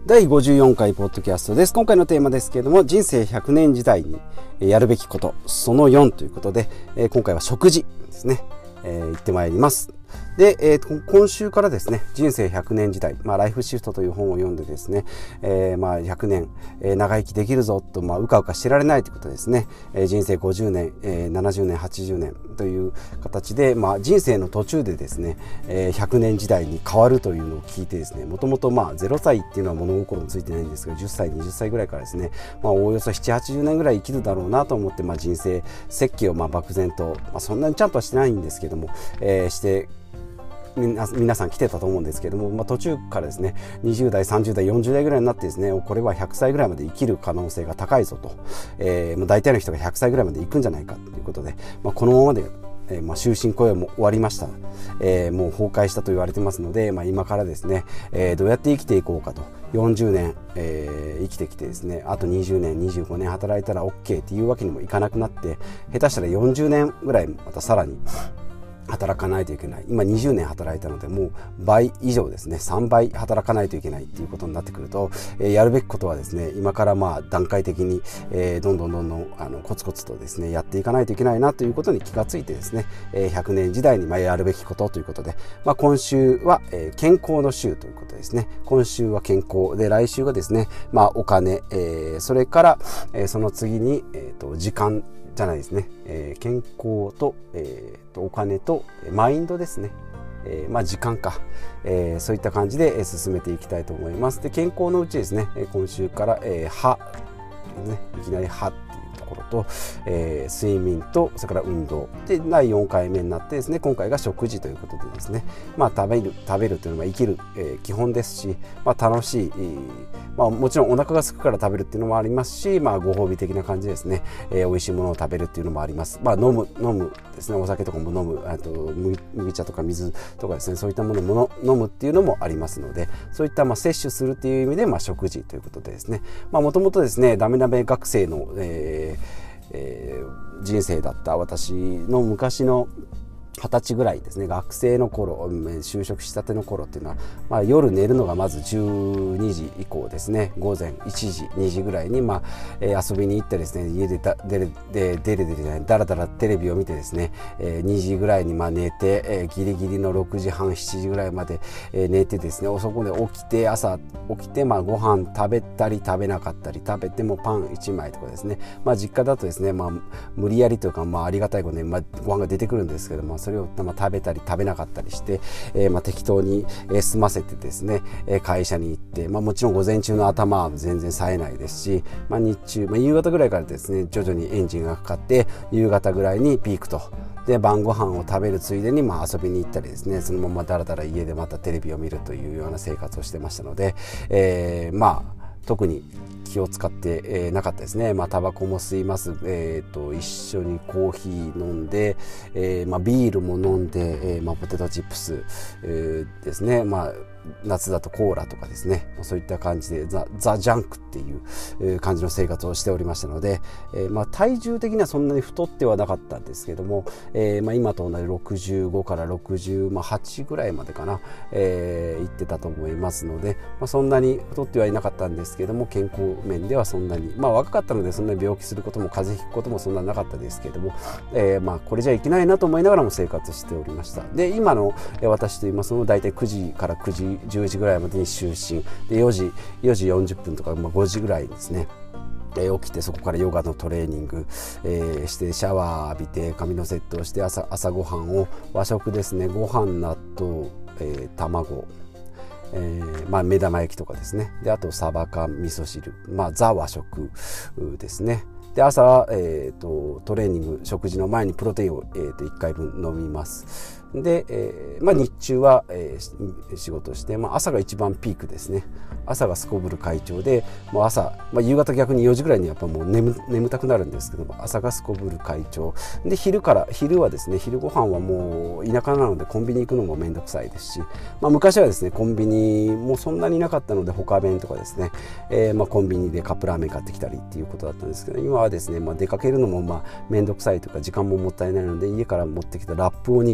第54回ポッドキャストです。今回のテーマですけれども、人生100年時代にやるべきことその4ということで、今回は食事ですね、行ってまいります。で、今週からですね、人生100年時代、ライフシフトという本を読んでですね、100年、長生きできるぞと、うかうかしてられないということですね、人生50年、70年80年という形で、人生の途中でですね、100年時代に変わるというのを聞いてですね、もともと0歳っていうのは物心もついてないんですが、10歳20歳ぐらいからですね、おおよそ7、80年ぐらい生きるだろうなと思って、人生設計を漠然と、そんなにちゃんとはしてないんですけども、して皆さん来てたと思うんですけども、途中からですね、20代30代40代ぐらいになってですね、これは100歳ぐらいまで生きる可能性が高いぞと、大体の人が100歳ぐらいまで行くんじゃないかということで、このままで終身雇用も終わりました、もう崩壊したと言われてますので、今からですね、どうやって生きていこうかと。40年、生きてきてですね、あと20年25年働いたら OK っていうわけにもいかなくなって、下手したら40年ぐらいまたさらに働かないといけない。今20年働いたので、もう倍以上ですね、3倍働かないといけないっていうことになってくると、やるべきことはですね、今から段階的に、どんどんコツコツとですねやっていかないといけないなということに気がついてですね、100年時代にやるべきことということで、今週は、健康の週ということですね。今週は健康で、来週がですね、お金、それから、その次に、時間じゃないですね、健康と、お金とマインドですね、時間か、そういった感じで進めていきたいと思います。で、健康のうちですね、今週から歯、いきなり歯っていうところと、睡眠と、それから運動で第4回目になってですね、今回が食事ということでですね、食べるというのは生きる、基本ですし、楽しい、もちろんお腹が空くから食べるっていうのもありますし、ご褒美的な感じですね、美味しいものを食べるっていうのもあります。飲むですね、お酒とかも飲む、あと麦茶とか水とかですね、そういったものも飲むっていうのもありますので、そういった摂取するっていう意味で、食事ということでですね、もともとですね、ダメダメ学生の、人生だった私の昔の20歳ぐらいですね、学生の頃、就職したての頃っていうのは、夜寝るのがまず12時以降ですね、午前1時2時ぐらいに、遊びに行ってですね、家でだらだらテレビを見てですね、2時ぐらいに寝て、ギリギリの6時半7時ぐらいまで、寝てですね、そこで朝起きて、ご飯食べたり食べなかったり、食べてもパン1枚とかですね、実家だとですね、無理やりというか、ありがたいことに、ご飯が出てくるんですけども、それを食べたり食べなかったりして、適当に済ませてですね、会社に行って、もちろん午前中の頭は全然冴えないですし、日中、夕方ぐらいからですね、徐々にエンジンがかかって夕方ぐらいにピークと。で、晩ご飯を食べるついでに遊びに行ったりですね、そのままだらだら家でまたテレビを見るというような生活をしてましたので、特に気を使ってなかったですね。タバコも吸います、一緒にコーヒー飲んで、ビールも飲んで、ポテトチップス、ですね、夏だとコーラとかですね、そういった感じでザ・ジャンクっていう感じの生活をしておりましたので、体重的にはそんなに太ってはなかったんですけども、今と同じ65から68ぐらいまでかな、行ってたと思いますので、そんなに太ってはいなかったんですけども、健康面ではそんなに、若かったのでそんなに病気することも風邪ひくこともそんななかったですけども、これじゃいけないなと思いながらも生活しておりました。で、今の私と言いますのは大体9時から9時10時ぐらいまでに就寝で、4時40分とか5時ぐらいですね、起きて、そこからヨガのトレーニング、してシャワー浴びて髪のセットをして、朝ごはんを和食ですね、ご飯納豆、卵、目玉焼きとかですね、で、あとサバ缶味噌汁、ザ和食ですね。で、朝は、トレーニング食事の前にプロテインを、1回分飲みます。で、日中は、仕事して、朝が一番ピークですね。朝がすこぶる快調で、もう朝、夕方逆に4時ぐらいにやっぱもう眠たくなるんですけども、朝がすこぶる快調で、昼はですね、昼ご飯はもう田舎なのでコンビニ行くのもめんどくさいですし、昔はですね、コンビニもそんなになかったので、他弁とかですね、コンビニでカップラーメン買ってきたりっていうことだったんですけど、今はですね、出かけるのもめんどくさいとか時間ももったいないので、家から持ってきたラップおにぎりですね、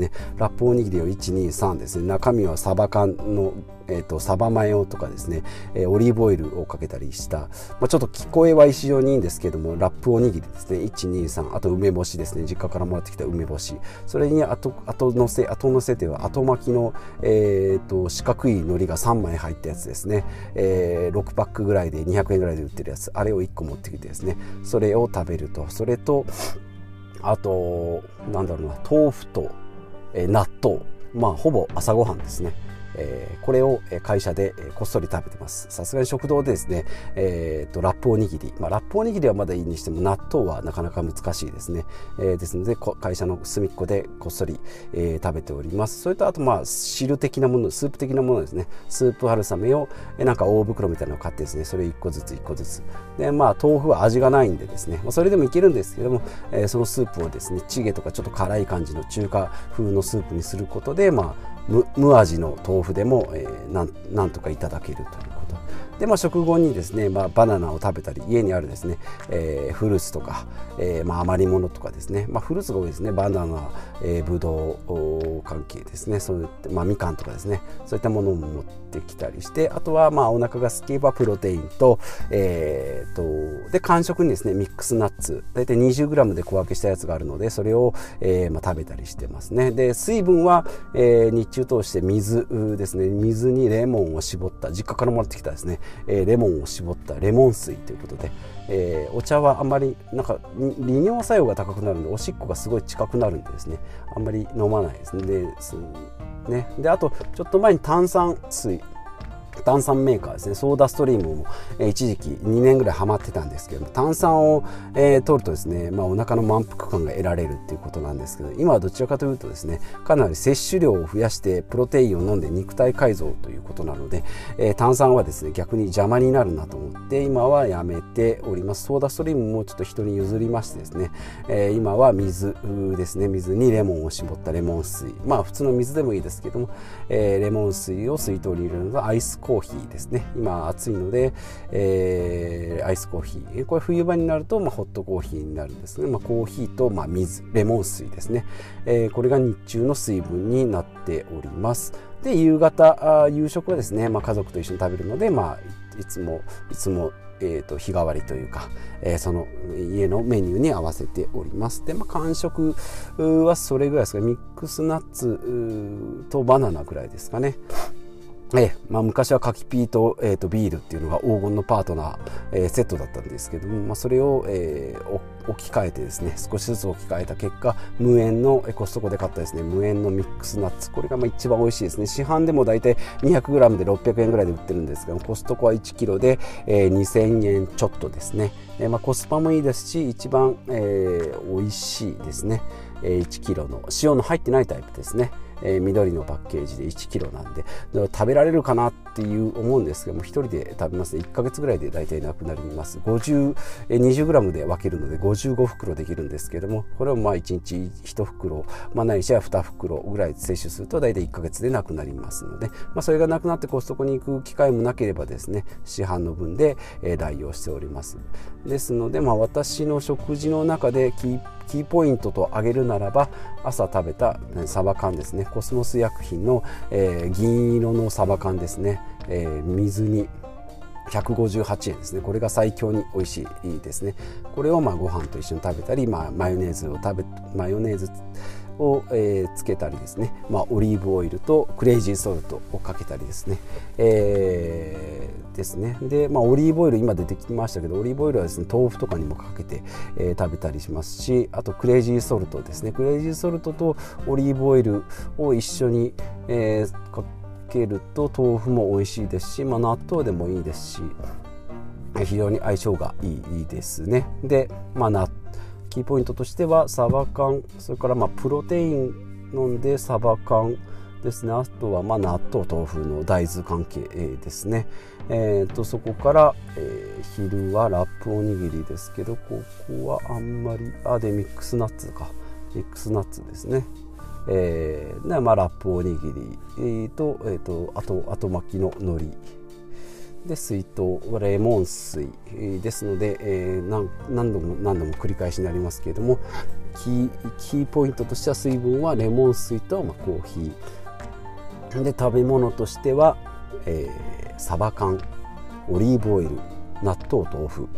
ね。ラップおにぎりを123ですね。中身はサバ缶のサバマヨとかですね、オリーブオイルをかけたりした、ちょっと聞こえは非常にいいんですけども、ラップおにぎりですね。123、あと梅干しですね。実家からもらってきた梅干し、それに後乗せては後巻きの、四角い海苔が3枚入ったやつですね、6パックぐらいで200円ぐらいで売ってるやつ、あれを1個持ってきてですね、それを食べると、それとあとなんだろうな、豆腐と、納豆、ほぼ朝ごはんですね。これを会社でこっそり食べてます。さすがに食堂でですね、ラップおにぎり、ラップおにぎりはまだいいにしても納豆はなかなか難しいですね。ですので会社の隅っこでこっそり、食べております。それとあと汁的なもの、スープ的なものですね。スープ春雨をなんか大袋みたいなのを買ってですね、それ1個ずつで、豆腐は味がないんでですね、それでもいけるんですけども、そのスープをですね、チゲとかちょっと辛い感じの中華風のスープにすることで、無味の豆腐でも、なんとかいただけるということで、食後にですね、バナナを食べたり、家にあるですね、フルーツとか、余り物とかですね、フルーツが多いですね。バナナ、ブドウ関係ですね、そういった、みかんとかですね、そういったものを持ってきたりして、あとはお腹が空けばプロテインと、で間食にですね、ミックスナッツだいたい 20g で小分けしたやつがあるので、それを、食べたりしてますね。で水分は、日中通して水ですね、水にレモンを絞った、実家からもらってきたですね、レモンを絞ったレモン水ということで、お茶はあんまりなんか利尿作用が高くなるので、おしっこがすごい近くなるんでですね、あんまり飲まないですね。であとちょっと前に炭酸メーカーですね、ソーダストリームも、一時期2年ぐらいハマってたんですけども、炭酸を、取るとですね、お腹の満腹感が得られるっていうことなんですけど、今はどちらかというとですね、かなり摂取量を増やしてプロテインを飲んで肉体改造ということなので、炭酸はですね逆に邪魔になるなと思って今はやめております。ソーダストリームもちょっと人に譲りましてですね、今は水ですね、水にレモンを絞ったレモン水、普通の水でもいいですけども、レモン水を水筒に入れるのがアイスコーヒーですね。今暑いので、アイスコーヒー、これ冬場になるとホットコーヒーになるんですね。コーヒーと水、レモン水ですね、これが日中の水分になっております。で夕方夕食はですね、家族と一緒に食べるので、いつも日替わりというか、その家のメニューに合わせております。で、間食はそれぐらいですか。ミックスナッツとバナナぐらいですかね。昔は柿ピーと、ビールっていうのが黄金のパートナー、セットだったんですけども、それを、置き換えてですね、少しずつ置き換えた結果、無塩のコストコで買ったですね、無塩のミックスナッツ、これが一番美味しいですね。市販でもだいたい 200g で600円ぐらいで売ってるんですが、コストコは 1kg で、2000円ちょっとですね。コスパもいいですし、一番、美味しいですね。1kg の塩の入ってないタイプですね。緑のパッケージで 1kg なんで食べられるかなっていう思うんですけども、一人で食べますね。1ヶ月ぐらいで大体なくなります。20g で分けるので55袋できるんですけども、これを1日1袋、ないしは2袋ぐらい摂取すると大体1ヶ月でなくなりますので、それがなくなってコストコに行く機会もなければですね、市販の分で代用しております。ですので、私の食事の中でキーポイントと挙げるならば、朝食べたサバ缶ですね。コスモス薬品の、銀色のサバ缶ですね。水に158円ですね。これが最強に美味しいですね。これをご飯と一緒に食べたり、マヨネーズをつけたりですね、オリーブオイルとクレイジーソルトをかけたりですね、で、オリーブオイル今出てきましたけど、オリーブオイルはですね、豆腐とかにもかけて、食べたりしますし、あとクレイジーソルトですね。クレイジーソルトとオリーブオイルを一緒に、かけると豆腐も美味しいですし、納豆でもいいですし、非常に相性がいいですね。で、キーポイントとしてはサバ缶、それからプロテイン飲んでサバ缶ですね。あとは納豆豆腐の大豆関係ですね。そこから、昼はラップおにぎりですけど、ここはあんまりでミックスナッツですね。ラップおにぎりと、後巻きの海苔で水筒はレモン水ですので、何度も繰り返しになりますけれども、キーポイントとしては水分はレモン水とコーヒーで、食べ物としては、サバ缶、オリーブオイル、納豆、豆腐、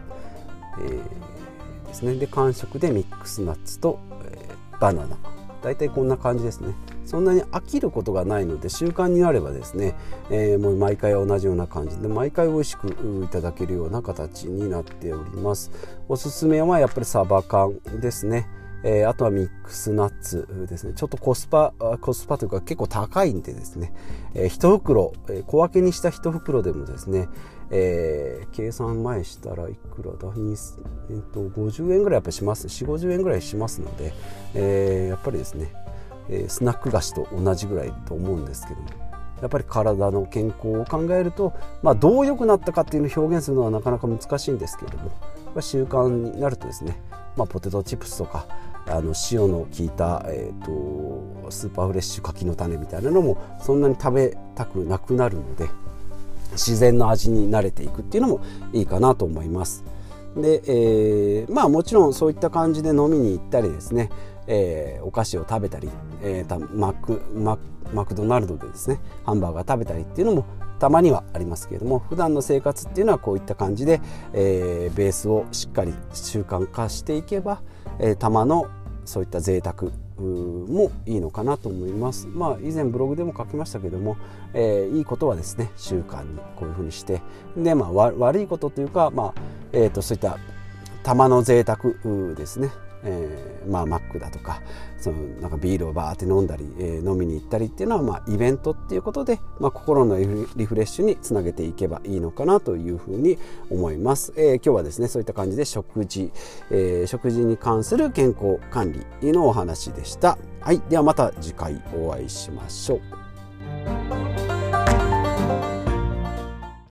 ですね。で間食でミックスナッツと、バナナ、だいたいこんな感じですね。そんなに飽きることがないので、習慣になればですね、もう毎回同じような感じで毎回美味しくいただけるような形になっております。おすすめはやっぱりサバ缶ですね。あとはミックスナッツですね。ちょっとコスパというか結構高いんでですね、1袋、小分けにした1袋でもですね、計算前したらいくらだ、50円ぐらいやっぱりします。4、50円ぐらいしますので、やっぱりですね、スナック菓子と同じぐらいと思うんですけども、やっぱり体の健康を考えると、どう良くなったかっていうのを表現するのはなかなか難しいんですけれども、習慣になるとですね、ポテトチップスとか塩の効いた、スーパーフレッシュ柿の種みたいなのもそんなに食べたくなくなるので、自然の味に慣れていくっていうのもいいかなと思います。で、もちろんそういった感じで飲みに行ったりですね、お菓子を食べたり、マクドナルドでですねハンバーガー食べたりっていうのもたまにはありますけれども、普段の生活っていうのはこういった感じで、ベースをしっかり習慣化していけば、たまのそういった贅沢もいいのかなと思います。以前ブログでも書きましたけども、いいことはですね習慣にこういうふうにして、で、悪いことというか、そういったたまの贅沢ですね、マックだとか、なんかビールをバーって飲んだり、飲みに行ったりっていうのはイベントっていうことで、心のリフレッシュにつなげていけばいいのかなというふうに思います。今日はですねそういった感じで食事に関する健康管理のお話でした。はい、ではまた次回お会いしましょう。